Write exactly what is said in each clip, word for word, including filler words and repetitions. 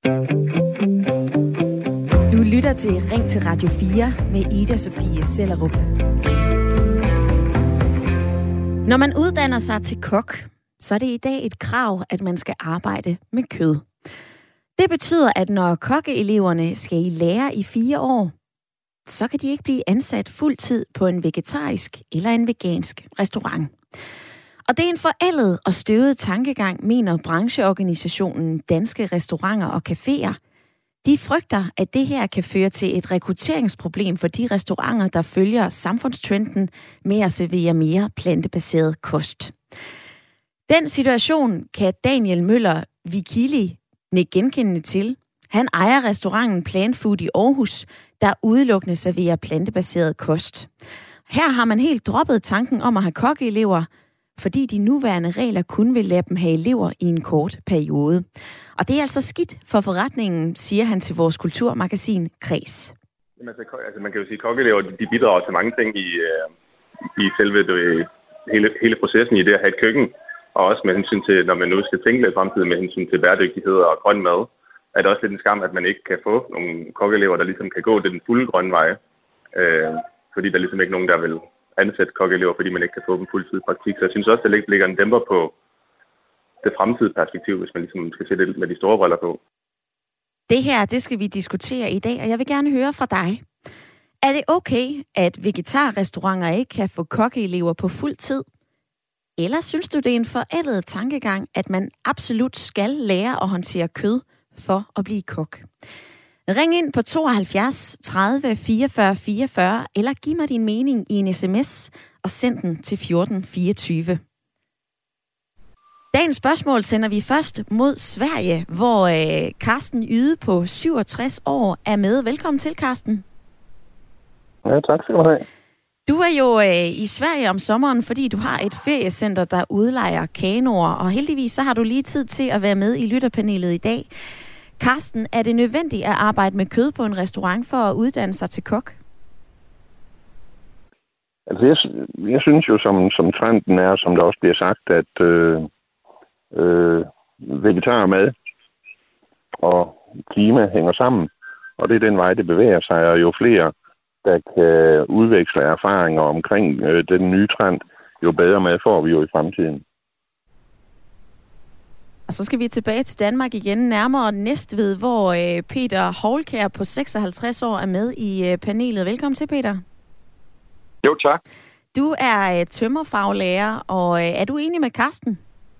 Du lytter til Ring til Radio fire med Ida Sofie Sellerup. Når man uddanner sig til kok, så er det i dag et krav, at man skal arbejde med kød. Det betyder, at når kokkeeleverne skal i lære i fire år, så kan de ikke blive ansat fuldtid på en vegetarisk eller en vegansk restaurant. Og det er en forældet og støvet tankegang, mener brancheorganisationen Danske Restauranter og Caféer. De frygter, at det her kan føre til et rekrutteringsproblem for de restauranter, der følger samfundstrenden med at servere mere plantebaseret kost. Den situation kan Daniel Møller Vikili genkendende til. Han ejer restauranten Plant Food i Aarhus, der udelukkende serverer plantebaseret kost. Her har man helt droppet tanken om at have kokkeelever, fordi de nuværende regler kun vil lade dem have elever i en kort periode. Og det er altså skidt for forretningen, siger han til vores kulturmagasin Kreds. Jamen, altså, man kan jo sige, at kokkeelever de bidrager til mange ting i, øh, i selve det, hele, hele processen i det at have et køkken. Og også med hensyn til, når man nu skal tænke lidt fremtiden med hensyn til bæredygtighed og grøn mad, er det også lidt en skam, at man ikke kan få nogle kokkeelever, der ligesom kan gå den fulde grønne vej. Øh, fordi der er ligesom ikke nogen, der vil ansætte kokkeelever, fordi man ikke kan få dem fuldtid praktik. Så jeg synes også, at det ligger en dæmper på det fremtidige perspektiv, hvis man ligesom skal se det med de store briller på. Det her, det skal vi diskutere i dag, og jeg vil gerne høre fra dig. Er det okay, at vegetarrestauranter ikke kan få kokkeelever på fuld tid? Eller synes du, det er en forældet tankegang, at man absolut skal lære at håndtere kød for at blive kok? Ring ind på tooghalvfjerds tredive fireogfyrre fireogfyrre, eller giv mig din mening i en sms og send den til fjorten fireogtyve. Dagens spørgsmål sender vi først mod Sverige, hvor øh, Carsten Yde på syvogtres år er med. Velkommen til, Carsten. Ja, tak skal du have. Du er jo øh, i Sverige om sommeren, fordi du har et feriecenter, der udlejer kanoer, og heldigvis så har du lige tid til at være med i lytterpanelet i dag. Carsten, er det nødvendigt at arbejde med kød på en restaurant for at uddanne sig til kok? Altså, jeg, jeg synes jo, som, som trenden er, som der også bliver sagt, at øh, øh, vegetarmad og klima hænger sammen, og det er den vej, det bevæger sig, og jo flere der kan udveksle erfaringer omkring øh, den nye trend, jo bedre mad får vi jo i fremtiden. Og så skal vi tilbage til Danmark igen, nærmere Næstved, hvor øh, Peter Houlkær på seksoghalvtreds år er med i øh, panelet. Velkommen til, Peter. Jo, tak. Du er øh, tømrerfaglærer, og øh, er du enig med Carsten?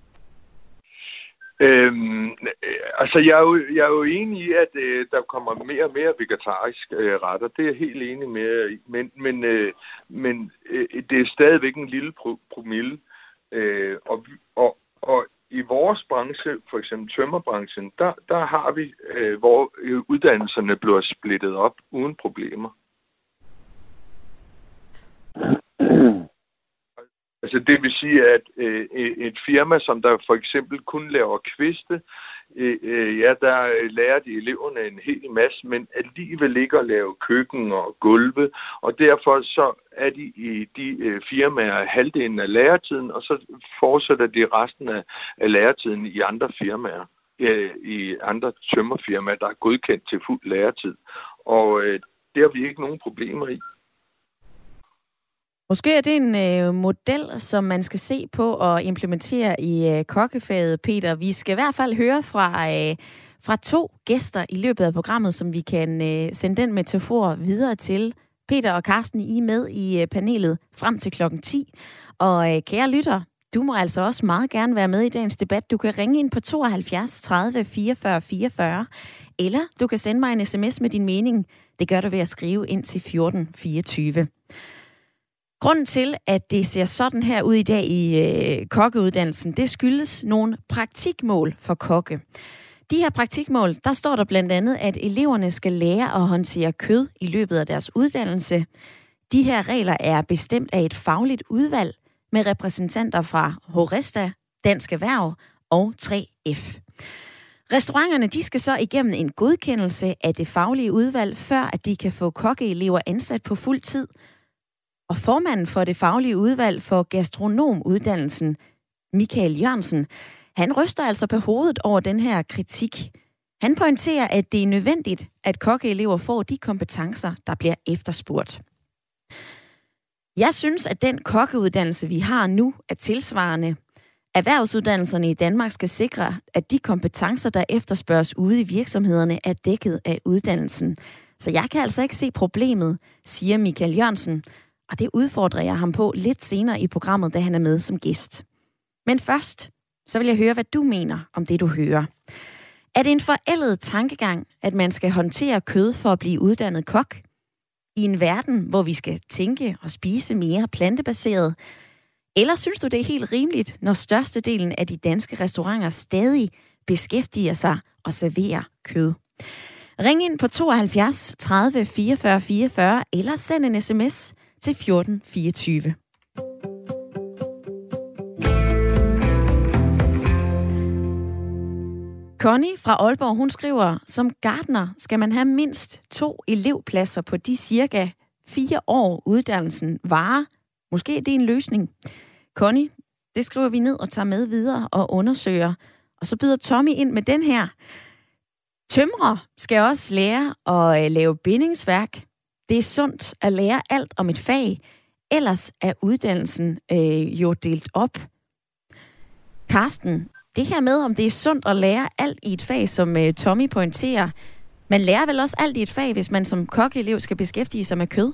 Øhm, altså, jeg er, jo, jeg er jo enig i, at øh, der kommer mere og mere vegetarisk øh, retter. Det er jeg helt enig med. Men, men, øh, men øh, det er stadigvæk en lille promille. Øh, og, og, og i vores branche, for eksempel tømmerbranchen, der, der har vi, øh, hvor uddannelserne bliver splittet op uden problemer. Altså det vil sige, at øh, et firma, som der for eksempel kun laver kviste, øh, øh, ja, der lærer de eleverne en hel masse, men alligevel ikke at lave køkken og gulve, og derfor så er de i de øh, firmaer halvdelen af læretiden, og så fortsætter de resten af, af læretiden i andre firmaer, øh, i andre tømmerfirmaer, der er godkendt til fuld læretid, og øh, det har vi ikke nogen problemer i. Måske er det en øh, model, som man skal se på og implementere i øh, kokkefaget, Peter. Vi skal i hvert fald høre fra, øh, fra to gæster i løbet af programmet, som vi kan øh, sende den metafor videre til. Peter og Carsten, I er med i øh, panelet frem til klokken ti. Og øh, kære lytter, du må altså også meget gerne være med i dagens debat. Du kan ringe ind på tooghalvfjerds tredive fireogfyrre fireogfyrre, eller du kan sende mig en sms med din mening. Det gør du ved at skrive ind til fjorten fireogtyve. Grunden til, at det ser sådan her ud i dag i øh, kokkeuddannelsen, det skyldes nogle praktikmål for kokke. De her praktikmål, der står der blandt andet, at eleverne skal lære at håndtere kød i løbet af deres uddannelse. De her regler er bestemt af et fagligt udvalg med repræsentanter fra Horesta, Dansk Erhverv og tre F. Restauranterne, de skal så igennem en godkendelse af det faglige udvalg, før at de kan få kokkeelever ansat på fuld tid. Og formanden for det faglige udvalg for gastronomuddannelsen, Michael Jørgensen, han ryster altså på hovedet over den her kritik. Han pointerer, at det er nødvendigt, at kokkeelever får de kompetencer, der bliver efterspurgt. Jeg synes, at den kokkeuddannelse, vi har nu, er tilsvarende. Erhvervsuddannelserne i Danmark skal sikre, at de kompetencer, der efterspørges ude i virksomhederne, er dækket af uddannelsen. Så jeg kan altså ikke se problemet, siger Michael Jørgensen, og det udfordrer jeg ham på lidt senere i programmet, da han er med som gæst. Men først, så vil jeg høre, hvad du mener om det, du hører. Er det en forældet tankegang, at man skal håndtere kød for at blive uddannet kok? I en verden, hvor vi skal tænke og spise mere plantebaseret? Eller synes du, det er helt rimeligt, når størstedelen af de danske restauranter stadig beskæftiger sig og serverer kød? Ring ind på tooghalvfjerds tredive fireogfyrre fireogfyrre eller send en sms til fjorten fireogtyve. Connie fra Aalborg, hun skriver, som gartner skal man have mindst to elevpladser på de cirka fire år uddannelsen varer. Måske er det en løsning. Connie, det skriver vi ned og tager med videre og undersøger. Og så byder Tommy ind med den her. Tømrer skal også lære at lave bindingsværk. Det er sundt at lære alt om et fag. Ellers er uddannelsen øh, jo delt op. Karsten, det her med, om det er sundt at lære alt i et fag, som øh, Tommy pointerer. Man lærer vel også alt i et fag, hvis man som kokkeelev skal beskæftige sig med kød?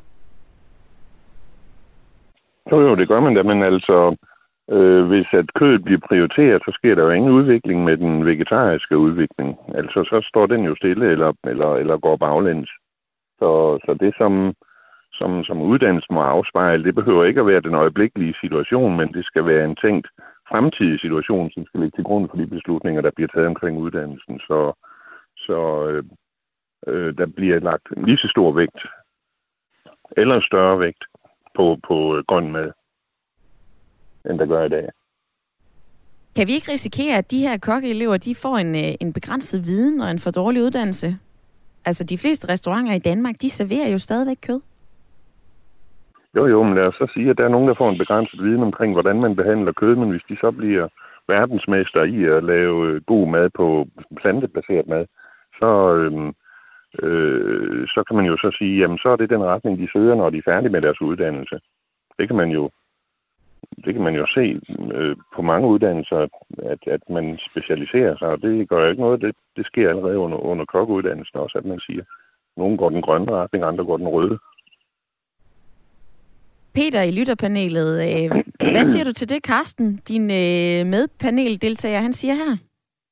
Jo, jo, det gør man da, men altså, øh, hvis at kødet bliver prioriteret, så sker der jo ingen udvikling med den vegetariske udvikling. Altså, så står den jo stille eller, eller, eller går baglæns. Så, så det, som, som, som uddannelsen må afspejle, det behøver ikke at være den øjeblikkelige situation, men det skal være en tænkt fremtidig situation, som skal ligge til grund for de beslutninger, der bliver taget omkring uddannelsen. Så, så øh, øh, der bliver lagt lige så stor vægt, eller større vægt, på, på grøn mad, end der gør i dag. Kan vi ikke risikere, at de her kokkeelever, de får en, en begrænset viden og en for dårlig uddannelse? Altså, de fleste restauranter i Danmark, de serverer jo stadigvæk kød. Jo, jo, men lad os så sige, at der er nogen, der får en begrænset viden omkring, hvordan man behandler kød, men hvis de så bliver verdensmester i at lave god mad på plantebaseret mad, så, øh, øh, så kan man jo så sige, jamen så er det den retning, de søger, når de er færdige med deres uddannelse. Det kan man jo, det kan man jo se øh, på mange uddannelser, at, at man specialiserer sig, og det gør ikke noget. Det, det sker allerede under, under kokkeuddannelsen også, at man siger, nogen går den grønne retning, andre går den røde. Peter i lytterpanelet, øh, hvad siger du til det, Karsten, din øh, medpaneldeltager, han siger her?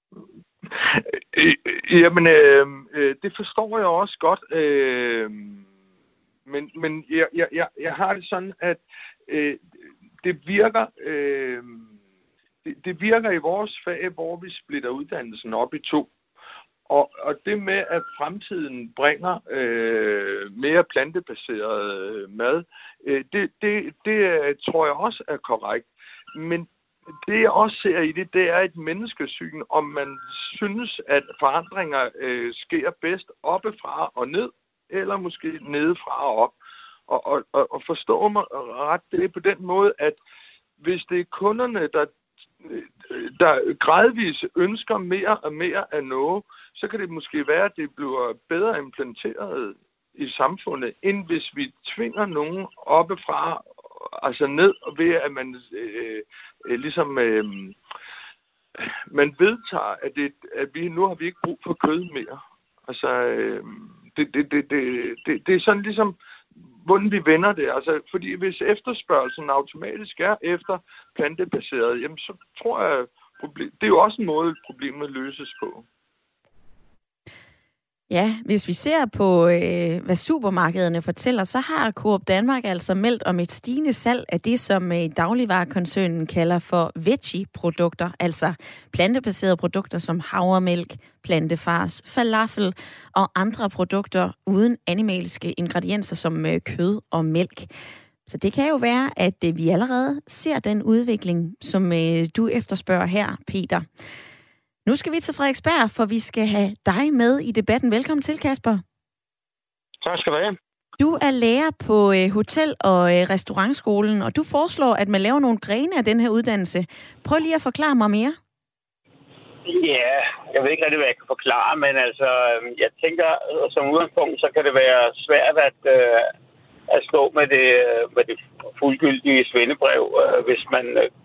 Jamen, øh, det forstår jeg også godt, øh, men, men jeg, jeg, jeg, jeg har det sådan, at øh, det virker øh, det, det virker i vores fag, hvor vi splitter uddannelsen op i to. Og, og det med, at fremtiden bringer øh, mere plantebaseret mad, øh, det, det, det tror jeg også er korrekt. Men det jeg også ser i det, det er et menneskesyn, om man synes, at forandringer øh, sker bedst oppefra og ned, eller måske nedefra og op. Og, og, og, og forstå mig ret, det er på den måde, at hvis det er kunderne, der der gradvist ønsker mere og mere af noget, så kan det måske være, at det bliver bedre implementeret i samfundet, end hvis vi tvinger nogen oppefra, altså ned, ved at man øh, øh, ligesom øh, man vedtager, at, det, at vi nu har vi ikke brug for kød mere. Altså, øh, det, det, det, det, det, det er sådan ligesom, hvordan vi vender det. Altså, fordi hvis efterspørgelsen automatisk er efter plantebaseret, jamen så tror jeg, problem, det er jo også en måde, problemet løses på. Ja, hvis vi ser på, øh, hvad supermarkederne fortæller, så har Coop Danmark altså meldt om et stigende salg af det, som øh, dagligvarekoncernen kalder for veggie-produkter, altså plantebaserede produkter som havremælk, plantefars, falafel og andre produkter uden animalske ingredienser som øh, kød og mælk. Så det kan jo være, at øh, vi allerede ser den udvikling, som øh, du efterspørger her, Peter. Nu skal vi til Frederiksberg, for vi skal have dig med i debatten. Velkommen til, Kasper. Tak skal du have. Du er lærer på øh, Hotel- og øh, Restaurantskolen, og du foreslår, at man laver nogle grene af den her uddannelse. Prøv lige at forklare mig mere. Ja, jeg ved ikke rigtig, hvad jeg kan forklare, men altså, jeg tænker, som udgangspunkt, så kan det være svært at, øh, at stå med det, med det fuldgyldige svendebrev, øh, hvis man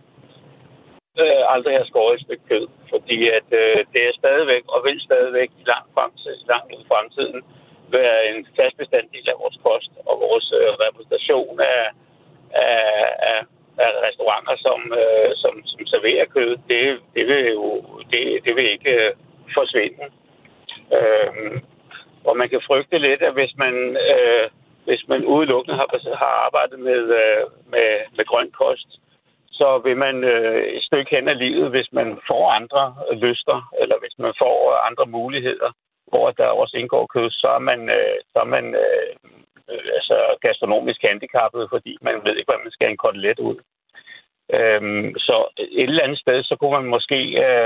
øh, aldrig har skåret et stykke kød. Fordi at, øh, det er stadigvæk, og vil stadigvæk i lang fremtid, langt ud i fremtiden, være en fast bestanddel af vores kost og vores øh, repræsentation af, af, af af restauranter, som, øh, som, som serverer kød, det, det vil jo det, det vil ikke øh, forsvinde. Øh, og man kan frygte lidt, at hvis man, øh, hvis man udelukkende har, har arbejdet med, øh, med, med grøn kost, så vil man øh, et stykke hen ad livet, hvis man får andre lyster, eller hvis man får andre muligheder, hvor der også indgår kød, så er man, øh, så er man øh, altså gastronomisk handicappet, fordi man ved ikke, hvordan man skal have en kotelet ud. Øhm, så et eller andet sted, så kunne man måske øh,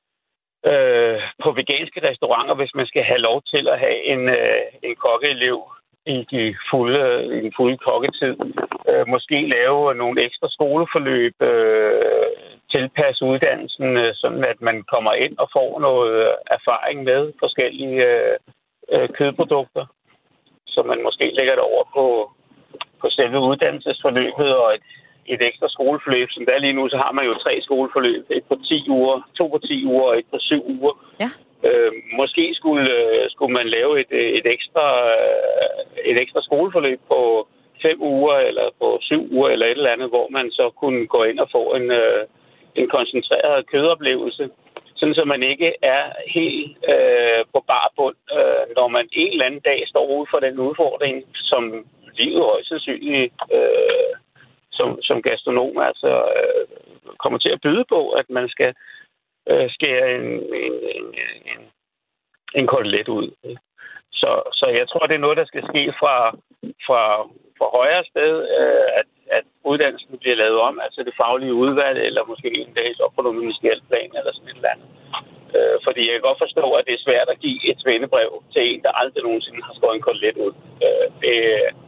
øh, på veganske restauranter, hvis man skal have lov til at have en, øh, en kokkeelev i de fulde, i den fulde kokketid, øh, måske lave nogle ekstra skoleforløb, øh, tilpasse uddannelsen, øh, sådan at man kommer ind og får noget erfaring med forskellige øh, øh, kødprodukter, så man måske lægger det over på, på selve uddannelsesforløbet og et, et ekstra skoleforløb. Som der er lige nu, så har man jo tre skoleforløb. Et på ti uger, to på ti uger og et på syv uger. Ja. Øh, måske skulle, skulle man lave et, et, ekstra, et ekstra skoleforløb på fem uger eller på syv uger eller et eller andet, hvor man så kunne gå ind og få en, en koncentreret kødoplevelse. Sådan, så man ikke er helt øh, på bar bund, øh, når man en eller anden dag står ude for den udfordring, som livet højst sandsynligt øh, som, som gastronom altså, øh, kommer til at byde på, at man skal øh, skære en, en, en, en, en kotelet ud. Så, så jeg tror, det er noget, der skal ske fra, fra, fra højre sted, øh, at, at uddannelsen bliver lavet om, altså det faglige udvalg, eller måske en dag op på noget ministerielt plan, eller sådan et eller andet. Øh, fordi jeg kan godt forstå, at det er svært at give et svendebrev til en, der aldrig nogensinde har skåret en kotelet ud. Øh, det,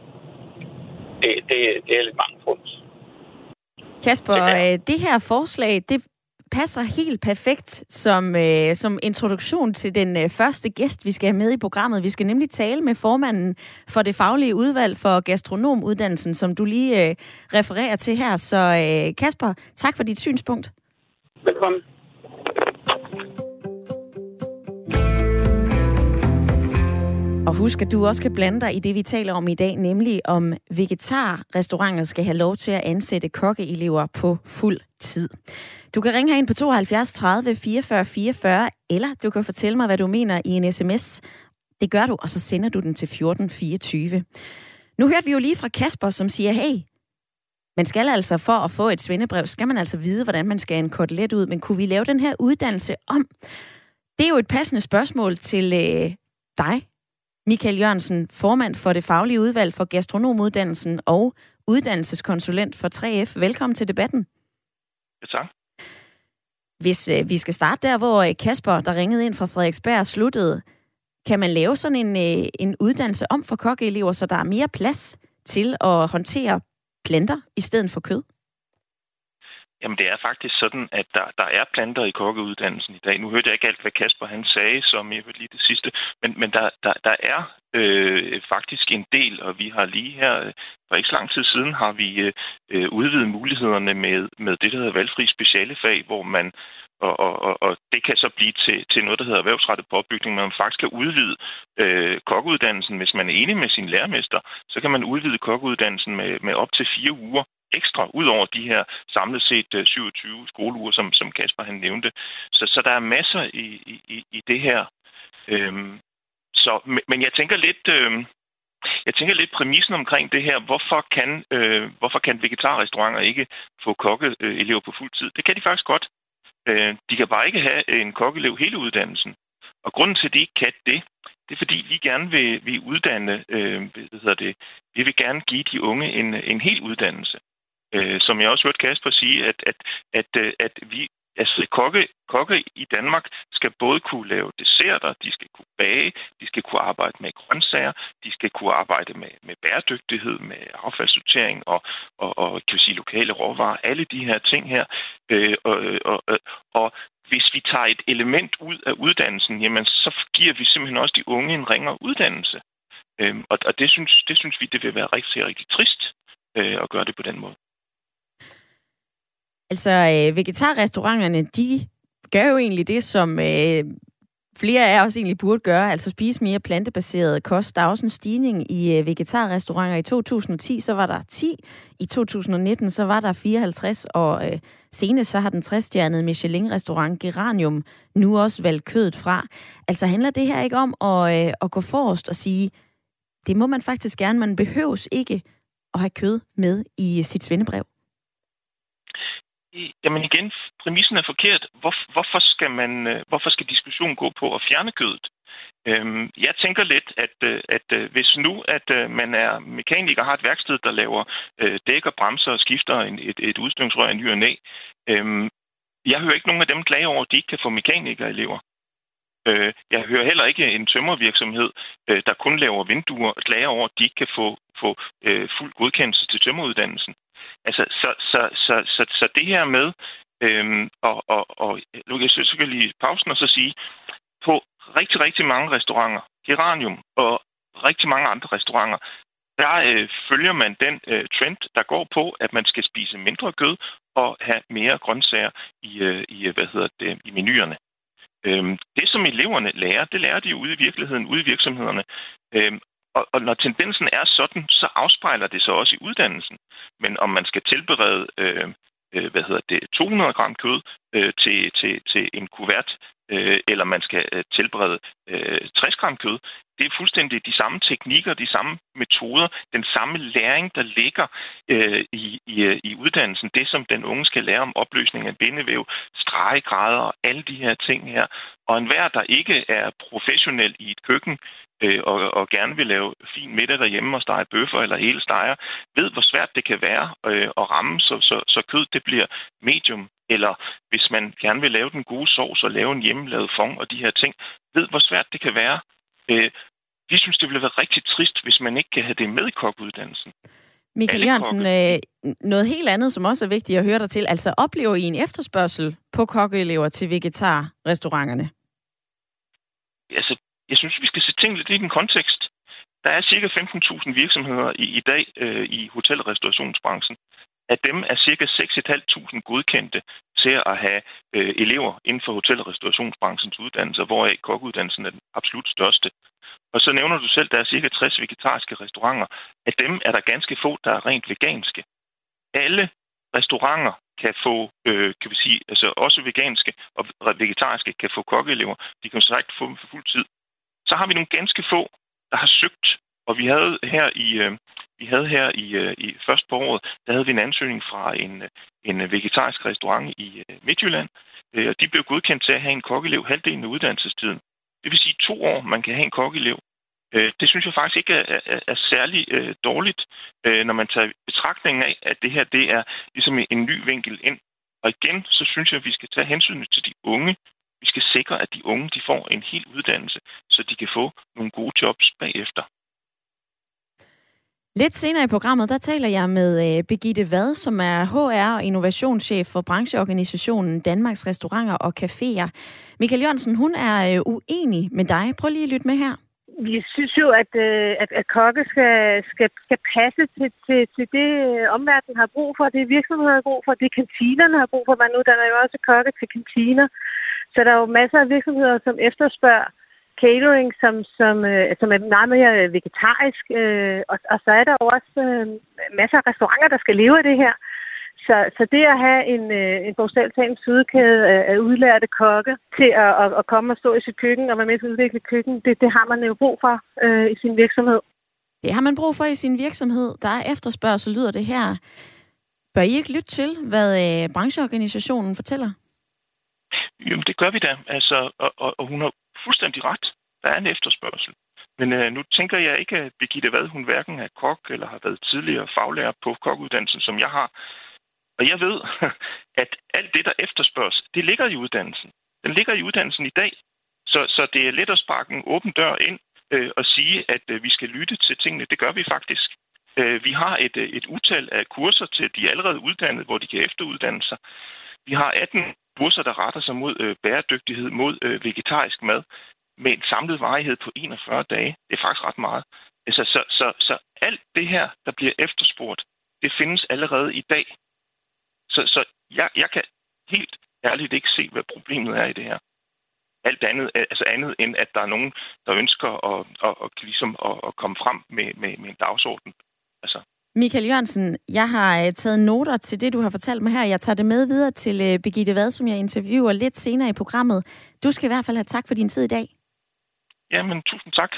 det, det, det er lidt mangelfuldt. Kasper, det, det her forslag, det passer helt perfekt som, øh, som introduktion til den øh, første gæst, vi skal have med i programmet. Vi skal nemlig tale med formanden for det faglige udvalg for gastronomuddannelsen, som du lige øh, refererer til her. Så øh, Kasper, tak for dit synspunkt. Velkommen. Og husk, at du også kan blande dig i det, vi taler om i dag, nemlig om vegetarrestauranter skal have lov til at ansætte kokkeelever på fuld tid. Du kan ringe herind på tooghalvfjerds tredive fireogfyrre fireogfyrre, eller du kan fortælle mig, hvad du mener i en sms. Det gør du, og så sender du den til fjorten fireogtyve. Nu hørte vi jo lige fra Kasper, som siger, hey, man skal altså for at få et svendebrev, skal man altså vide, hvordan man skal have en kotelet ud, men kunne vi lave den her uddannelse om? Det er jo et passende spørgsmål til øh, dig, Michael Jørgensen, formand for det faglige udvalg for gastronomuddannelsen og uddannelseskonsulent for tre F. Velkommen til debatten. Ja, tak. Hvis øh, vi skal starte der, hvor øh, Kasper, der ringede ind fra Frederiksberg, sluttede, kan man lave sådan en, øh, en uddannelse om for kokkeelever, så der er mere plads til at håndtere planter i stedet for kød? Jamen, det er faktisk sådan, at der, der er planter i kokkeuddannelsen i dag. Nu hørte jeg ikke alt, hvad Kasper han sagde, som jeg hørte lige det sidste. Men, men der, der, der er øh, faktisk en del, og vi har lige her, for ikke så lang tid siden, har vi øh, udvidet mulighederne med, med det, der hedder valgfri specialefag, hvor man, og, og, og det kan så blive til, til noget, der hedder erhvervsrettet påbygning, men man faktisk kan udvide øh, kokkeuddannelsen. Hvis man er enig med sin lærermester, så kan man udvide kokkeuddannelsen med, med op til fire uger ekstra, ud over de her samlet set uh, syvogtyve skoleuger, som, som Kasper han nævnte. Så, så der er masser i, i, i det her. Øhm, så, men jeg tænker lidt, øh, jeg tænker lidt præmissen omkring det her. Hvorfor kan, øh, hvorfor kan vegetarrestauranter ikke få kokkeelever på fuld tid? Det kan de faktisk godt. Øh, de kan bare ikke have en kokkeelev hele uddannelsen. Og grunden til, at de ikke kan det, det er fordi, vi gerne vil, vil uddanne, øh, hvad hedder det, vi vil gerne give de unge en, en hel uddannelse. Øh, som jeg også hørte Kasper sige, at, at, at, at vi, altså kokke, kokke i Danmark skal både kunne lave desserter, de skal kunne bage, de skal kunne arbejde med grøntsager, de skal kunne arbejde med, med bæredygtighed, med affaldssortering og, og, og kan vi sige, lokale råvarer, alle de her ting her. Øh, og, og, og hvis vi tager et element ud af uddannelsen, jamen så giver vi simpelthen også de unge en ringere uddannelse. Øhm, og og det, synes, det synes vi, det vil være rigtig, rigtig trist øh, at gøre det på den måde. Altså, øh, vegetarrestauranterne, de gør jo egentlig det, som øh, flere af os egentlig burde gøre, altså spise mere plantebaseret kost. Der er også en stigning i øh, vegetarrestauranter. I to tusind og ti, så var der ti. I to tusind og nitten, så var der fireoghalvtreds. Og øh, senest, så har den tres-stjernede Michelin-restaurant Geranium nu også valgt kødet fra. Altså, handler det her ikke om at, øh, at gå forrest og sige, det må man faktisk gerne, man behøves ikke at have kød med i sit svendebrev? Jamen igen, præmissen er forkert. Hvor, hvorfor, skal man, hvorfor skal diskussionen gå på at fjerne kødet? Øhm, jeg tænker lidt, at, at, at hvis nu at man er mekaniker og har et værksted, der laver øh, dæk og bremser og skifter en, et, et udstødningsrør i ny og næ, øhm, jeg hører ikke nogen af dem klage over, at de ikke kan få mekanikerelever. Øh, jeg hører heller ikke en tømmervirksomhed, øh, der kun laver vinduer, klage over, at de ikke kan få, få øh, fuld godkendelse til tømmeruddannelsen. Altså, så, så, så, så, så det her med, øhm, og, og, og nu kan jeg selvfølgelig lige pausen og så sige, på rigtig, rigtig mange restauranter, Geranium og rigtig mange andre restauranter, der øh, følger man den øh, trend, der går på, at man skal spise mindre kød og have mere grøntsager i, øh, i, hvad hedder det, i menuerne. Øhm, det, som eleverne lærer, det lærer de jo ude i virkeligheden, ude i virksomhederne. Øhm, Og, og når tendensen er sådan, så afspejler det sig også i uddannelsen. Men om man skal tilberede øh, øh, hvad hedder det, to hundrede gram kød øh, til, til, til en kuvert, øh, eller man skal øh, tilberede øh, tres gram kød, det er fuldstændig de samme teknikker, de samme metoder, den samme læring, der ligger øh, i, i, i uddannelsen. Det, som den unge skal lære om opløsning af bindevæv, stregegrader og alle de her ting her. Og enhver, der ikke er professionel i et køkken, øh, og, og gerne vil lave fin middag derhjemme og stege bøffer eller hele steger, ved, hvor svært det kan være øh, at ramme, så, så, så kød det bliver medium. Eller hvis man gerne vil lave den gode sovs og lave en hjemmelavet fond og de her ting, ved, hvor svært det kan være. Øh, vi synes, det ville være rigtig trist, hvis man ikke kan have det med i kokkeuddannelsen. Michael Jørgensen, øh, noget helt andet, som også er vigtigt at høre dig til. Altså, oplever I en efterspørgsel på kokkeelever til vegetarrestauranterne? Altså, jeg synes, vi skal se tingene lidt i den kontekst. Der er cirka femten tusind virksomheder i, i dag øh, i hotel- og restaurationsbranchen. Af dem er cirka seks tusind fem hundrede godkendte til at have øh, elever inden for hotel- og restaurationsbranchens uddannelser, hvoraf kokkeuddannelsen er den absolut største. Og så nævner du selv, at der er cirka tres vegetariske restauranter. Af dem er der ganske få, der er rent veganske. Alle restauranter kan få, øh, kan vi sige, altså også veganske og vegetariske kan få kokkeelever. De kan sagt få dem for fuld tid. Så har vi nogle ganske få, der har søgt, og vi havde her i, øh, vi havde her i, øh, i først på året, der havde vi en ansøgning fra en, en vegetarisk restaurant i øh, Midtjylland, øh, og de blev godkendt til at have en kokkeelev halvdelen af uddannelsestiden. Det vil sige to år, man kan have en kokkeelev. Øh, det synes jeg faktisk ikke er, er, er særlig øh, dårligt, øh, når man tager betragtningen af, at det her det er ligesom en ny vinkel ind. Og igen, så synes jeg, at vi skal tage hensyn til de unge. Vi skal sikre, at de unge de får en hel uddannelse, så de kan få nogle gode jobs bagefter. Lidt senere i programmet, der taler jeg med Birgitte Vad, som er H R og innovationschef for brancheorganisationen Danmarks Restauranter og Caféer. Michael Jørgensen, hun er uenig med dig. Prøv lige at lytte med her. Vi synes jo, at, at, at kokke skal, skal, skal passe til, til, til det, omverdenen har brug for, det virksomheder har brug for, det kantinerne har brug for. Man uddanner jo også kokke til kantiner. Så der er jo masser af virksomheder, som efterspørger catering, som, som, øh, som er meget mere vegetarisk. Øh, og, og så er der jo også øh, masser af restauranter, der skal leve af det her. Så, så det at have en, øh, en bogstaveligt talt fødekæde af, af udlærte kokke til at, at, at komme og stå i sit køkken og være med til at udvikle køkken, det, det har man jo brug for øh, i sin virksomhed. Det har man brug for i sin virksomhed. Der er efterspørgsel, lyder det her. Bør I ikke lytte til, hvad øh, brancheorganisationen fortæller? Jamen, det gør vi da. Altså, og, og, og hun har fuldstændig ret. Der er en efterspørgsel. Men øh, nu tænker jeg ikke, at Birgitte Vad, hun hverken er kok eller har været tidligere faglærer på kokkeuddannelsen, som jeg har. Og jeg ved, at alt det, der efterspørges, det ligger i uddannelsen. Den ligger i uddannelsen i dag. Så, så det er let at sparke en åben dør ind øh, og sige, at øh, vi skal lytte til tingene. Det gør vi faktisk. Øh, vi har et, et utal af kurser til de allerede uddannede, hvor de kan efteruddanne sig. Vi har atten kurser, der retter sig mod øh, bæredygtighed, mod øh, vegetarisk mad, med en samlet varighed på enogfyrre dage. Det er faktisk ret meget. Altså, så, så, så alt det her, der bliver efterspurgt, det findes allerede i dag. Så, så jeg, jeg kan helt ærligt ikke se, hvad problemet er i det her. Alt andet, altså andet end, at der er nogen, der ønsker at, at, at, ligesom at, at komme frem med, med, med en dagsorden. Altså. Michael Jørgensen, jeg har taget noter til det, du har fortalt mig her. Jeg tager det med videre til Birgitte Vad, som jeg interviewer lidt senere i programmet. Du skal i hvert fald have tak for din tid i dag. Jamen, tusind tak.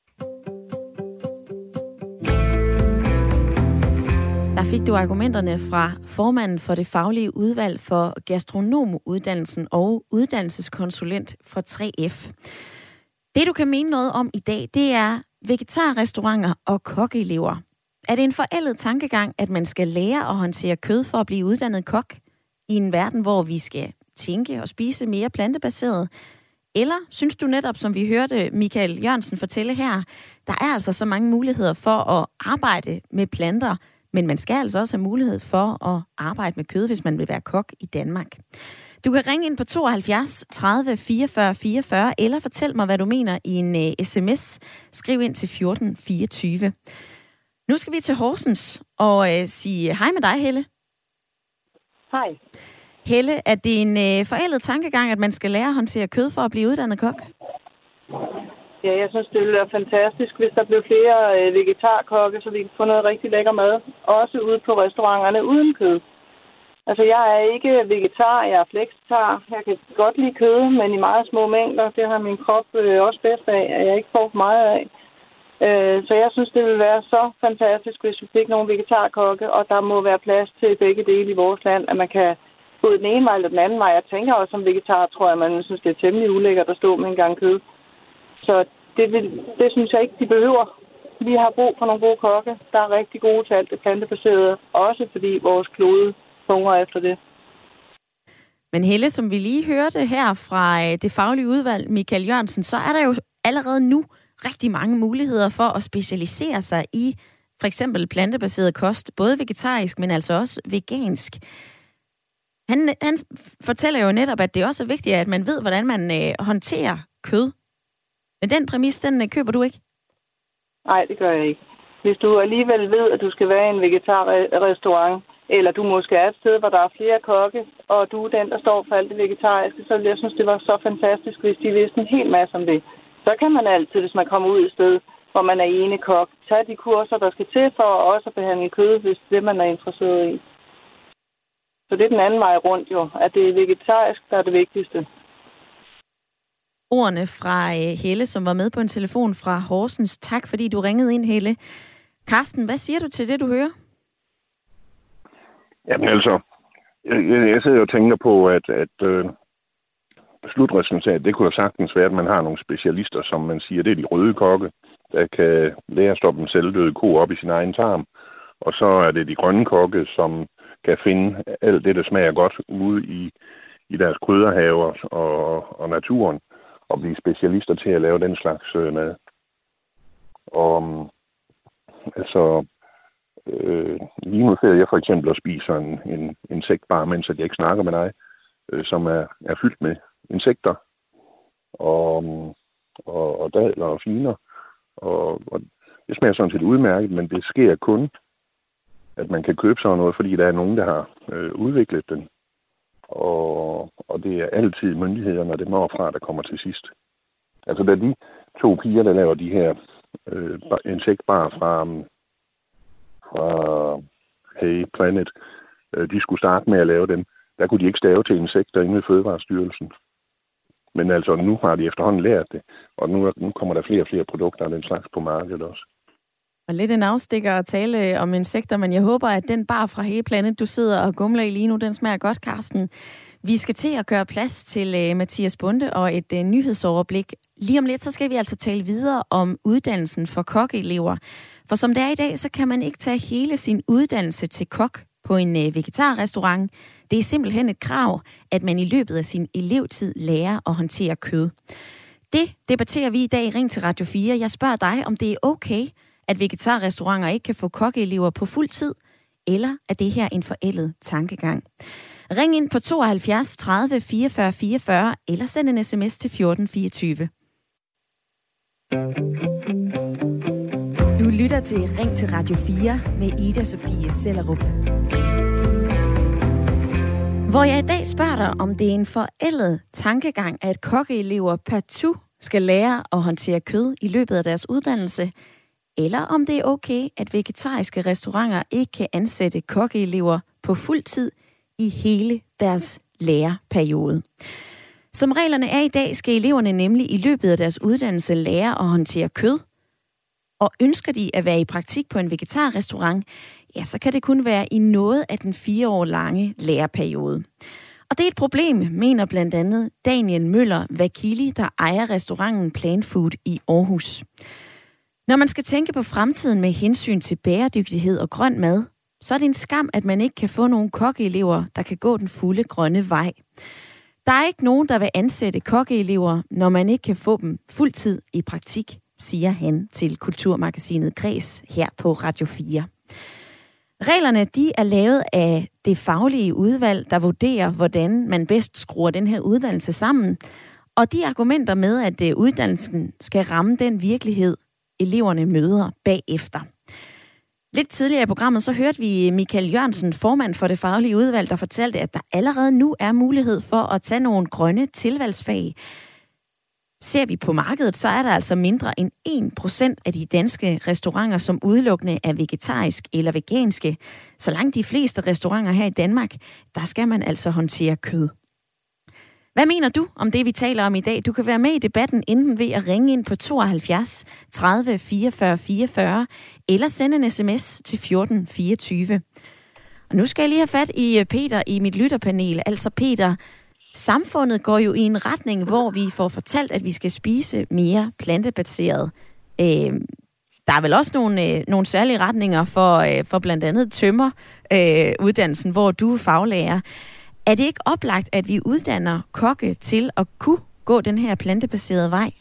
Der fik du argumenterne fra formanden for det faglige udvalg for gastronomuddannelsen og uddannelseskonsulent for tre F. Det, du kan mene noget om i dag, det er vegetarrestauranter og kokkeelever. Er det en forældet tankegang, at man skal lære at håndtere kød for at blive uddannet kok i en verden, hvor vi skal tænke og spise mere plantebaseret? Eller synes du netop, som vi hørte Michael Jørgensen fortælle her, der er altså så mange muligheder for at arbejde med planter, men man skal altså også have mulighed for at arbejde med kød, hvis man vil være kok i Danmark. Du kan ringe ind på tooghalvfjerds tredive fireogfyrre fireogfyrre, eller fortæl mig, hvad du mener i en uh, sms. Skriv ind til fjorten fireogtyve. Nu skal vi til Horsens og uh, sige hej med dig, Helle. Hej. Helle, er det en uh, forældet tankegang, at man skal lære at håndtere kød for at blive uddannet kok? Ja, jeg synes, det ville være fantastisk, hvis der blev flere øh, vegetarkokke, så vi kan få noget rigtig lækker mad. Også ude på restauranterne uden kød. Altså, jeg er ikke vegetar, jeg er flexitar. Jeg kan godt lide kød, men i meget små mængder. Det har min krop øh, også bedst af, at jeg ikke får for meget af. Øh, så jeg synes, det ville være så fantastisk, hvis vi fik nogle vegetarkokke, og der må være plads til begge dele i vores land, at man kan gå den ene vej eller den anden vej. Jeg tænker også som vegetar, tror jeg, man synes, det er temmelig ulækkert at stå med en gang kød. Så det, vil, det synes jeg ikke, de behøver. Vi har brug for nogle gode kokke, der er rigtig gode til alt det plantebaserede, også fordi vores klode hungrer efter det. Men Helle, som vi lige hørte her fra det faglige udvalg, Michael Jørgensen, så er der jo allerede nu rigtig mange muligheder for at specialisere sig i for eksempel plantebaseret kost, både vegetarisk, men altså også vegansk. Han, han fortæller jo netop, at det også er vigtigt, at man ved, hvordan man øh, håndterer kød. Men den præmis, den køber du ikke? Nej, det gør jeg ikke. Hvis du alligevel ved, at du skal være i en vegetarrestaurant, eller du måske er et sted, hvor der er flere kokke, og du er den, der står for alt det vegetariske, så jeg synes, det var så fantastisk, hvis de vidste en hel masse om det. Så kan man altid, hvis man kommer ud et sted, hvor man er ene kok, tage de kurser, der skal til for at også behandle kød, hvis det er, man er interesseret i. Så det er den anden vej rundt jo, at det er vegetarisk, der er det vigtigste. Ordene fra Helle, som var med på en telefon fra Horsens. Tak, fordi du ringede ind, Helle. Carsten, hvad siger du til det, du hører? Jamen altså, jeg, jeg sidder og tænker på, at, at øh, slutresultatet, det kunne da sagtens være, at man har nogle specialister, som man siger, det er de røde kokke, der kan lære at stoppe en selvdøde ko op i sin egen tarm. Og så er det de grønne kokke, som kan finde alt det, der smager godt ude i, i deres krydderhaver og, og naturen, og blive specialister til at lave den slags øh, mad. Og altså, øh, lige nu sidder jeg for eksempel og spiser en, en insektbar, mens jeg ikke snakker med dig, øh, som er, er fyldt med insekter, og, og, og dadler og finer. Og, og det smager sådan set udmærket, men det sker kun, at man kan købe sådan noget, fordi der er nogen, der har øh, udviklet den. Og, og det er altid myndighederne, det når fra, der kommer til sidst. Altså, da de to piger, der laver de her øh, insektbar fra, fra Hey Planet, øh, de skulle starte med at lave dem, der kunne de ikke stave til insekter inde ved Fødevarestyrelsen. Men altså, nu har de efterhånden lært det, og nu, nu kommer der flere og flere produkter af den slags på markedet også. Og lidt en afstikker at tale om insekter, men jeg håber, at den bar fra Hey Planet, du sidder og gumler i lige nu, den smager godt, Carsten. Vi skal til at gøre plads til uh, Mathias Bonde og et uh, nyhedsoverblik. Lige om lidt, så skal vi altså tale videre om uddannelsen for kokkeelever. For som det er i dag, så kan man ikke tage hele sin uddannelse til kok på en uh, vegetarrestaurant. Det er simpelthen et krav, at man i løbet af sin elevtid lærer at håndtere kød. Det debatterer vi i dag i Ring til Radio fire. Jeg spørger dig, om det er okay, at vegetarrestauranter ikke kan få kokkeelever på fuld tid, eller er det her en forældet tankegang? Ring ind på tooghalvfjerds tredive fireogfyrre fireogfyrre eller send en sms til fjorten fireogtyve. Du lytter til Ring til Radio fire med Ida Sofie Sellerup. Hvor jeg i dag spørger dig, om det er en forældet tankegang, at kokkeelever partout skal lære at håndtere kød i løbet af deres uddannelse, eller om det er okay, at vegetariske restauranter ikke kan ansætte kokkeelever på fuld tid i hele deres læreperiode. Som reglerne er i dag, skal eleverne nemlig i løbet af deres uddannelse lære at håndtere kød. Og ønsker de at være i praktik på en vegetarrestaurant, ja, så kan det kun være i noget af den fire år lange læreperiode. Og det er et problem, mener blandt andet Daniel Møller Vakili, der ejer restauranten Plan Food i Aarhus. Når man skal tænke på fremtiden med hensyn til bæredygtighed og grøn mad, så er det en skam, at man ikke kan få nogle kokkeelever, der kan gå den fulde grønne vej. Der er ikke nogen, der vil ansætte kokkeelever, når man ikke kan få dem fuldtid i praktik, siger han til Kulturmagasinet Græs her på Radio fire. Reglerne, de er lavet af det faglige udvalg, der vurderer, hvordan man bedst skruer den her uddannelse sammen. Og de argumenter med, at uddannelsen skal ramme den virkelighed, eleverne møder bagefter. Lidt tidligere i programmet, så hørte vi Michael Jørgensen, formand for det faglige udvalg, der fortalte, at der allerede nu er mulighed for at tage nogle grønne tilvalgsfag. Ser vi på markedet, så er der altså mindre end en procent af de danske restauranter, som udelukkende er vegetarisk eller veganske. Så langt de fleste restauranter her i Danmark, der skal man altså håndtere kød. Hvad mener du om det, vi taler om i dag? Du kan være med i debatten enten ved at ringe ind på tooghalvfjerds tredive fireogfyrre fireogfyrre eller sende en sms til fjorten fireogtyve. Og nu skal jeg lige have fat i Peter i mit lytterpanel. Altså Peter, samfundet går jo i en retning, hvor vi får fortalt, at vi skal spise mere plantebaseret. Øh, der er vel også nogle, øh, nogle særlige retninger for, øh, for blandt andet tømmeruddannelsen, øh, hvor du er faglærer. Er det ikke oplagt, at vi uddanner kokke til at kunne gå den her plantebaserede vej?